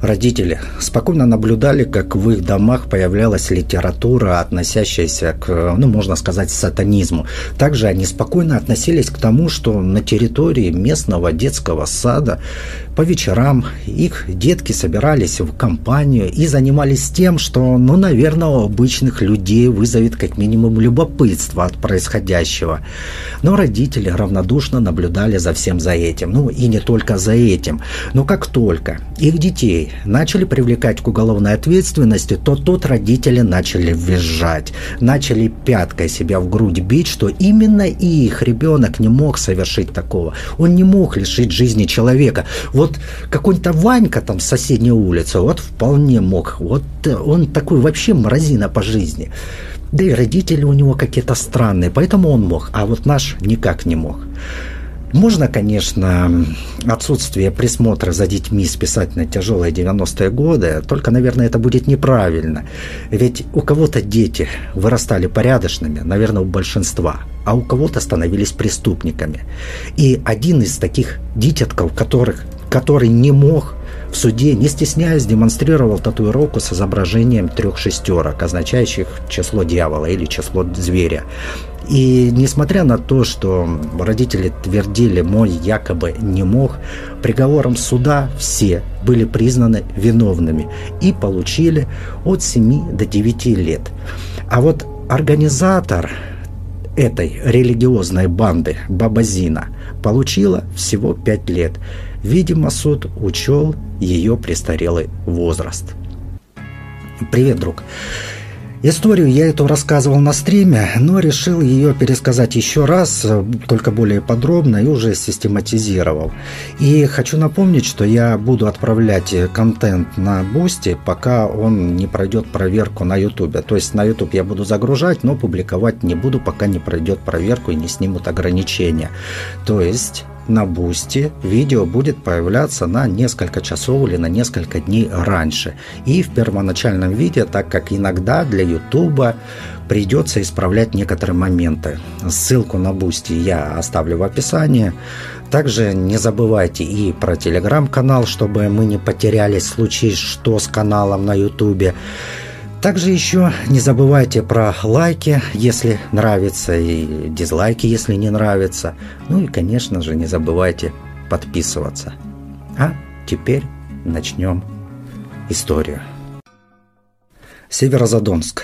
Родители спокойно наблюдали, как в их домах появлялась литература, относящаяся к, можно сказать, сатанизму. Также они спокойно относились к тому, что на территории местного детского сада по вечерам их детки собирались в компанию и занимались тем, что, наверное, у обычных людей вызовет как минимум любопытство от происходящего. Но родители равнодушно наблюдали за всем за этим. И не только за этим. Но как только их детей начали привлекать к уголовной ответственности, то тут родители начали визжать, начали пяткой себя в грудь бить, что именно их ребенок не мог совершить такого. Он не мог лишить жизни человека. Вот какой-то Ванька там с соседней улицы, вот вполне мог. Вот он такой вообще мразина по жизни. Да и родители у него какие-то странные, поэтому он мог, а вот наш никак не мог. Можно, конечно, отсутствие присмотра за детьми списать на тяжелые 90-е годы, только, наверное, это будет неправильно. Ведь у кого-то дети вырастали порядочными, наверное, у большинства, а у кого-то становились преступниками. И один из таких дитятков, который не мог, в суде, не стесняясь, демонстрировал татуировку с изображением 3 шестерок, означающих число дьявола или число зверя. И несмотря на то, что родители твердили, мой якобы не мог, приговором суда все были признаны виновными и получили от 7 до 9 лет. А вот организатор этой религиозной банды, баба Зина, получила всего 5 лет. Видимо, суд учел ее престарелый возраст. Привет, друг. Историю я эту рассказывал на стриме, но решил ее пересказать еще раз, только более подробно и уже систематизировал. И хочу напомнить, что я буду отправлять контент на Boosty, пока он не пройдет проверку на YouTube. То есть на YouTube я буду загружать, но публиковать не буду, пока не пройдет проверку и не снимут ограничения. То есть на Boosty видео будет появляться на несколько часов или на несколько дней раньше. И в первоначальном виде, так как иногда для YouTube придется исправлять некоторые моменты. Ссылку на Boosty я оставлю в описании. Также не забывайте и про телеграм-канал, чтобы мы не потерялись, случись что с каналом на YouTube. Также еще не забывайте про лайки, если нравится, и дизлайки, если не нравится. И, конечно же, не забывайте подписываться. А теперь начнем историю. Северозадонск,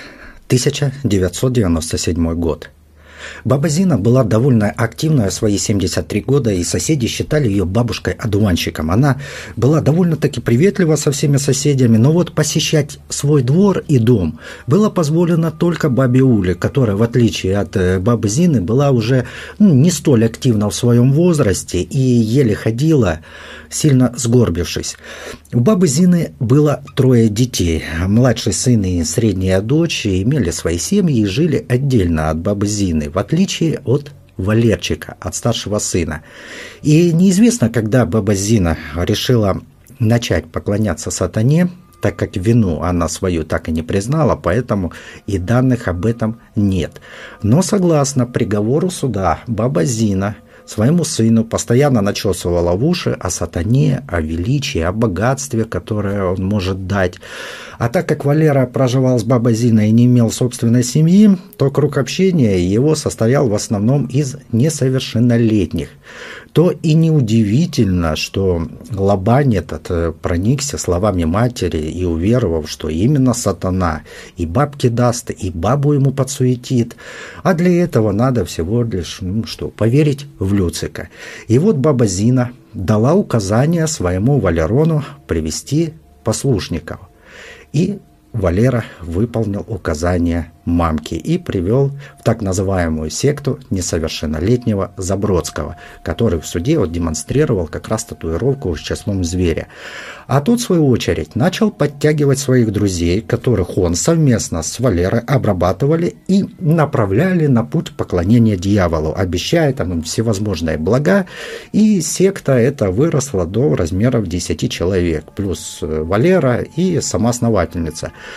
1997 год. Баба Зина была довольно активная в свои 73 года, и соседи считали ее бабушкой-одуванчиком. Она была довольно-таки приветлива со всеми соседями, но вот посещать свой двор и дом было позволено только бабе Уле, которая, в отличие от бабы Зины, была уже не столь активна в своем возрасте и еле ходила, сильно сгорбившись. У бабы Зины было 3 детей. Младший сын и средняя дочь имели свои семьи и жили отдельно от бабы Зины, в отличие от Валерчика, от старшего сына. И неизвестно, когда баба Зина решила начать поклоняться сатане, так как вину она свою так и не признала, поэтому и данных об этом нет. Но согласно приговору суда, баба Зина своему сыну постоянно начесывала в уши о сатане, о величии, о богатстве, которое он может дать. А так как Валера проживал с бабой Зиной и не имел собственной семьи, то круг общения его состоял в основном из несовершеннолетних. То и неудивительно, что Лобань этот проникся словами матери и уверовал, что именно сатана и бабки даст, и бабу ему подсуетит. А для этого надо всего лишь поверить в Люцика. И вот баба Зина дала указание своему Валерону привести послушников. И Валера выполнил указание мамки и привел в так называемую секту несовершеннолетнего Забродского, который в суде демонстрировал как раз татуировку с числом зверя. А тот, в свою очередь, начал подтягивать своих друзей, которых он совместно с Валерой обрабатывали и направляли на путь поклонения дьяволу, обещая им всевозможные блага, и секта эта выросла до размеров 10 человек, плюс Валера и сама основательница.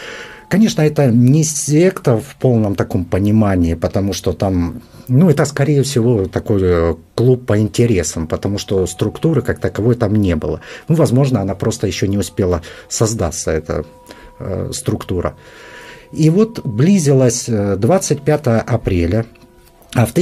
Конечно, это не секта в полном таком понимании, потому что там, это, скорее всего, такой клуб по интересам, потому что структуры как таковой там не было. Возможно, она просто еще не успела создаться, эта структура. И вот близилось 25 апреля, а в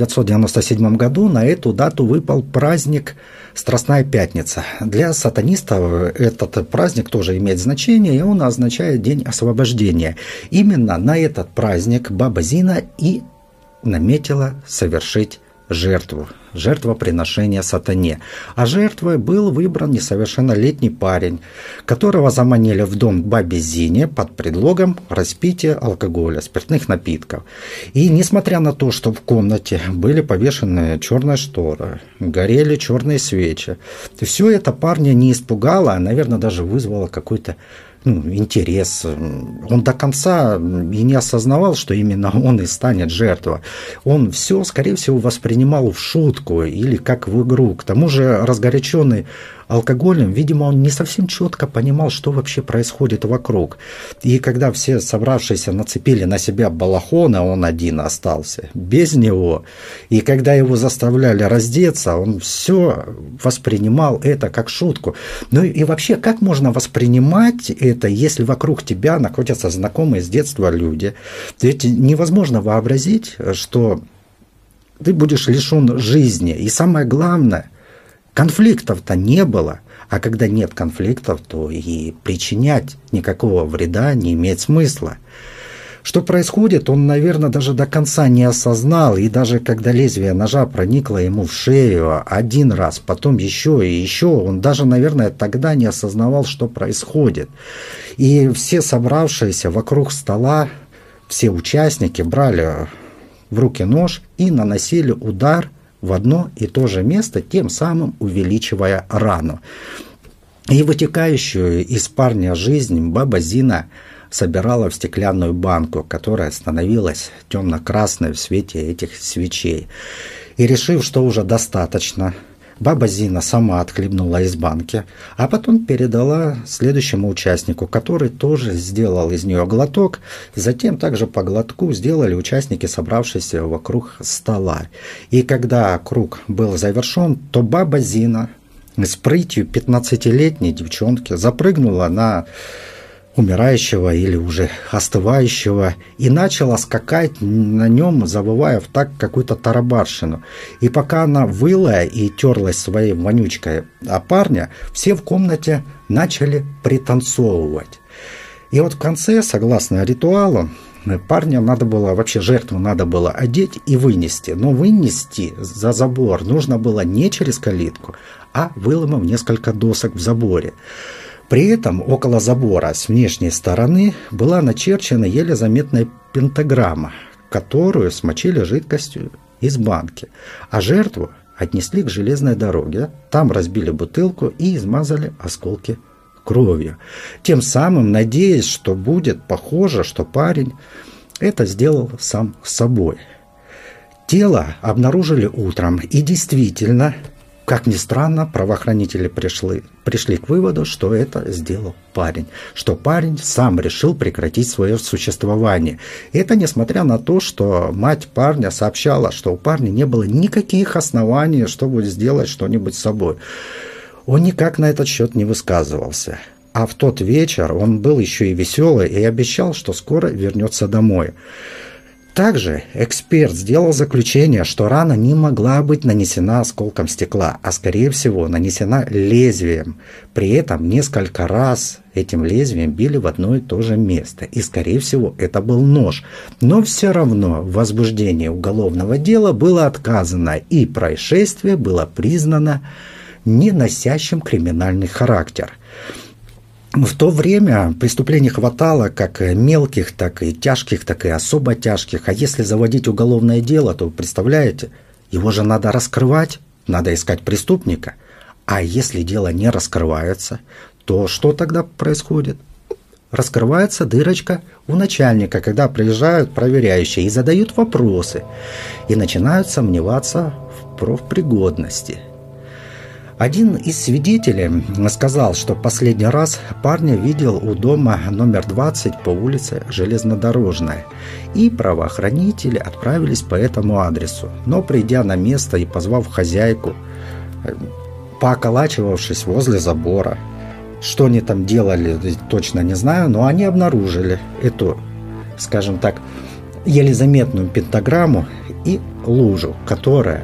1997 году на эту дату выпал праздник Страстная Пятница. Для сатанистов этот праздник тоже имеет значение, и он означает День освобождения. Именно на этот праздник баба Зина и наметила совершить жертвоприношение сатане. А жертвой был выбран несовершеннолетний парень, которого заманили в дом к бабе Зине под предлогом распития алкоголя, спиртных напитков. И несмотря на то, что в комнате были повешены черные шторы, горели черные свечи, все это парня не испугало, а, наверное, даже вызвало какой-то интерес. Он до конца и не осознавал, что именно он и станет жертвой. Он все, скорее всего, воспринимал в шутку или как в игру. К тому же, разгоряченный алкоголем, видимо, он не совсем четко понимал, что вообще происходит вокруг. И когда все собравшиеся нацепили на себя балахоны, он один остался, без него. И когда его заставляли раздеться, он все воспринимал это как шутку. И вообще, как можно воспринимать это, если вокруг тебя находятся знакомые с детства люди? Ведь невозможно вообразить, что ты будешь лишен жизни. И самое главное, конфликтов-то не было, а когда нет конфликтов, то и причинять никакого вреда не имеет смысла. Что происходит, он, наверное, даже до конца не осознал, и даже когда лезвие ножа проникло ему в шею один раз, потом еще и еще, он даже, наверное, тогда не осознавал, что происходит. И все собравшиеся вокруг стола, все участники брали в руки нож и наносили удар в одно и то же место, тем самым увеличивая рану. И вытекающую из парня жизнь баба Зина собирала в стеклянную банку, которая становилась темно-красной в свете этих свечей. И решив, что уже достаточно, баба Зина сама отхлебнула из банки, а потом передала следующему участнику, который тоже сделал из нее глоток. Затем также по глотку сделали участники, собравшиеся вокруг стола. И когда круг был завершен, то баба Зина с прытью 15-летней девчонки запрыгнула на умирающего или уже остывающего, и начала скакать на нем, завывая в такт какую-то тарабарщину. И пока она выла и терлась своей вонючкой о парня, все в комнате начали пританцовывать. И вот в конце, согласно ритуалу, парня надо было, вообще жертву надо было одеть и вынести. Но вынести за забор нужно было не через калитку, а выломав несколько досок в заборе. При этом около забора с внешней стороны была начерчена еле заметная пентаграмма, которую смочили жидкостью из банки, а жертву отнесли к железной дороге, там разбили бутылку и измазали осколки кровью, тем самым надеясь, что будет похоже, что парень это сделал сам с собой. Тело обнаружили утром, и действительно, как ни странно, правоохранители пришли к выводу, что это сделал парень, что парень сам решил прекратить свое существование. И это несмотря на то, что мать парня сообщала, что у парня не было никаких оснований, чтобы сделать что-нибудь с собой. Он никак на этот счет не высказывался. А в тот вечер он был еще и веселый и обещал, что скоро вернется домой. Также эксперт сделал заключение, что рана не могла быть нанесена осколком стекла, а скорее всего нанесена лезвием. При этом несколько раз этим лезвием били в одно и то же место, и скорее всего это был нож. Но все равно в возбуждении уголовного дела было отказано, и происшествие было признано не носящим криминальный характер. В то время преступлений хватало как мелких, так и тяжких, так и особо тяжких. А если заводить уголовное дело, то, представляете, его же надо раскрывать, надо искать преступника. А если дело не раскрывается, то что тогда происходит? Раскрывается дырочка у начальника, когда приезжают проверяющие и задают вопросы, и начинают сомневаться в профпригодности. Один из свидетелей сказал, что последний раз парня видел у дома номер 20 по улице Железнодорожная, и правоохранители отправились по этому адресу. Но придя на место и позвав хозяйку, пооколачивавшись возле забора, что они там делали, точно не знаю, но они обнаружили эту, скажем так, еле заметную пентаграмму и лужу, которая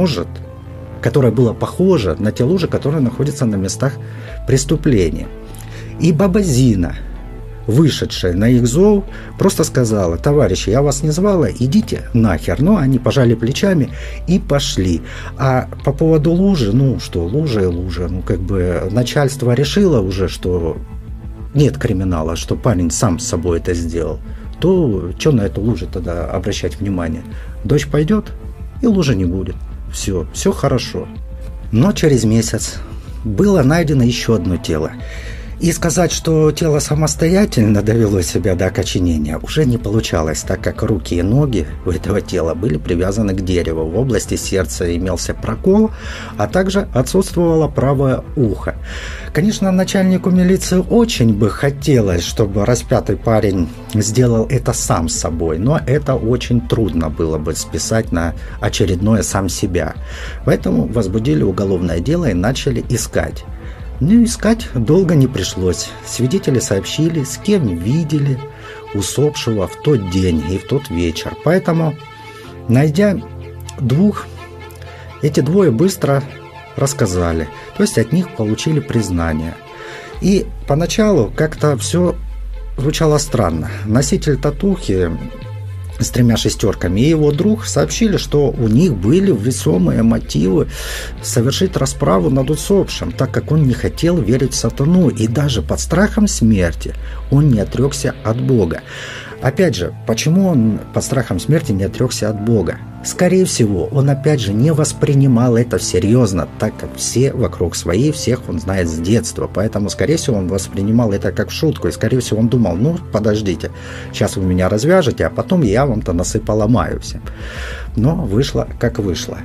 была похожа на те лужи, которые находятся на местах преступления. И баба Зина, вышедшая на их зов, просто сказала: товарищи, я вас не звала, идите нахер. Но они пожали плечами и пошли. А по поводу лужи, лужа и лужа, начальство решило уже, что нет криминала, что парень сам с собой это сделал, то что на эту лужу тогда обращать внимание? Дождь пойдет, и лужи не будет. Все хорошо. Но через месяц было найдено еще одно тело. И сказать, что тело самостоятельно довело себя до окоченения, уже не получалось, так как руки и ноги у этого тела были привязаны к дереву. В области сердца имелся прокол, а также отсутствовало правое ухо. Конечно, начальнику милиции очень бы хотелось, чтобы распятый парень сделал это сам с собой, но это очень трудно было бы списать на очередное сам себя. Поэтому возбудили уголовное дело и начали искать. Искать долго не пришлось. Свидетели сообщили, с кем видели усопшего в тот день и в тот вечер. Поэтому, найдя двух, эти двое быстро рассказали. То есть от них получили признание. И поначалу как-то все звучало странно. Носитель татухи с 3 шестерками и его друг сообщили, что у них были весомые мотивы совершить расправу над усопшим, так как он не хотел верить в сатану, и даже под страхом смерти он не отрекся от Бога. Опять же, почему он под страхом смерти не отрекся от Бога? Скорее всего, он опять же не воспринимал это всерьезно, так как все вокруг свои, всех он знает с детства. Поэтому, скорее всего, он воспринимал это как шутку. И, скорее всего, он думал: подождите, сейчас вы меня развяжете, а потом я вам-то носы поломаю всем. Но вышло, как вышло.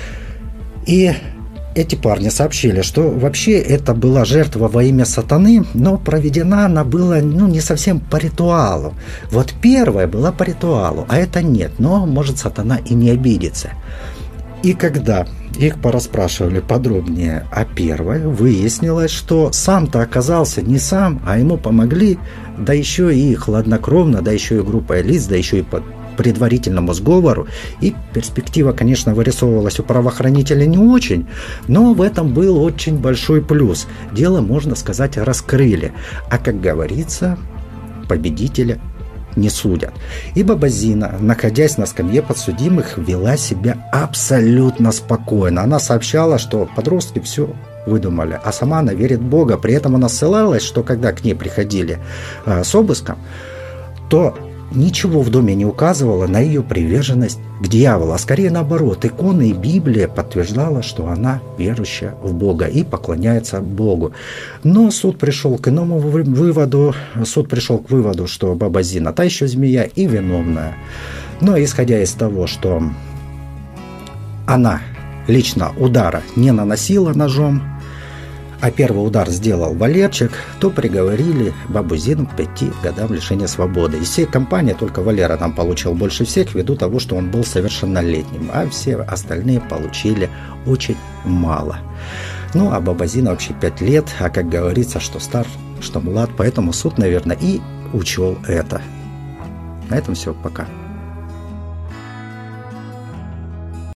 И эти парни сообщили, что вообще это была жертва во имя сатаны, но проведена она была не совсем по ритуалу. Вот первая была по ритуалу, а это нет, но может сатана и не обидится. И когда их порасспрашивали подробнее о первой, выяснилось, что сам-то оказался не сам, а ему помогли, да еще и хладнокровно, да еще и группой лиц, да еще и по предварительному сговору. И перспектива, конечно, вырисовывалась у правоохранителей не очень, но в этом был очень большой плюс. Дело, можно сказать, раскрыли. А, как говорится, победителя не судят. И баба Зина, находясь на скамье подсудимых, вела себя абсолютно спокойно. Она сообщала, что подростки все выдумали, а сама она верит в Бога. При этом она ссылалась, что когда к ней приходили с обыском, то ничего в доме не указывало на ее приверженность к дьяволу, а скорее наоборот. Иконы и Библия подтверждала, что она верующая в Бога и поклоняется Богу. Но суд пришел к иному выводу. Суд пришел к выводу, что баба Зина та еще змея и виновная. Но исходя из того, что она лично удара не наносила ножом, а первый удар сделал Валерчик, то приговорили бабу Зину к 5 годам лишения свободы. Из всей компании только Валера там получил больше всех, ввиду того, что он был совершеннолетним, а все остальные получили очень мало. А баба Зина вообще 5 лет, а как говорится, что стар, что млад, поэтому суд, наверное, и учел это. На этом все, пока.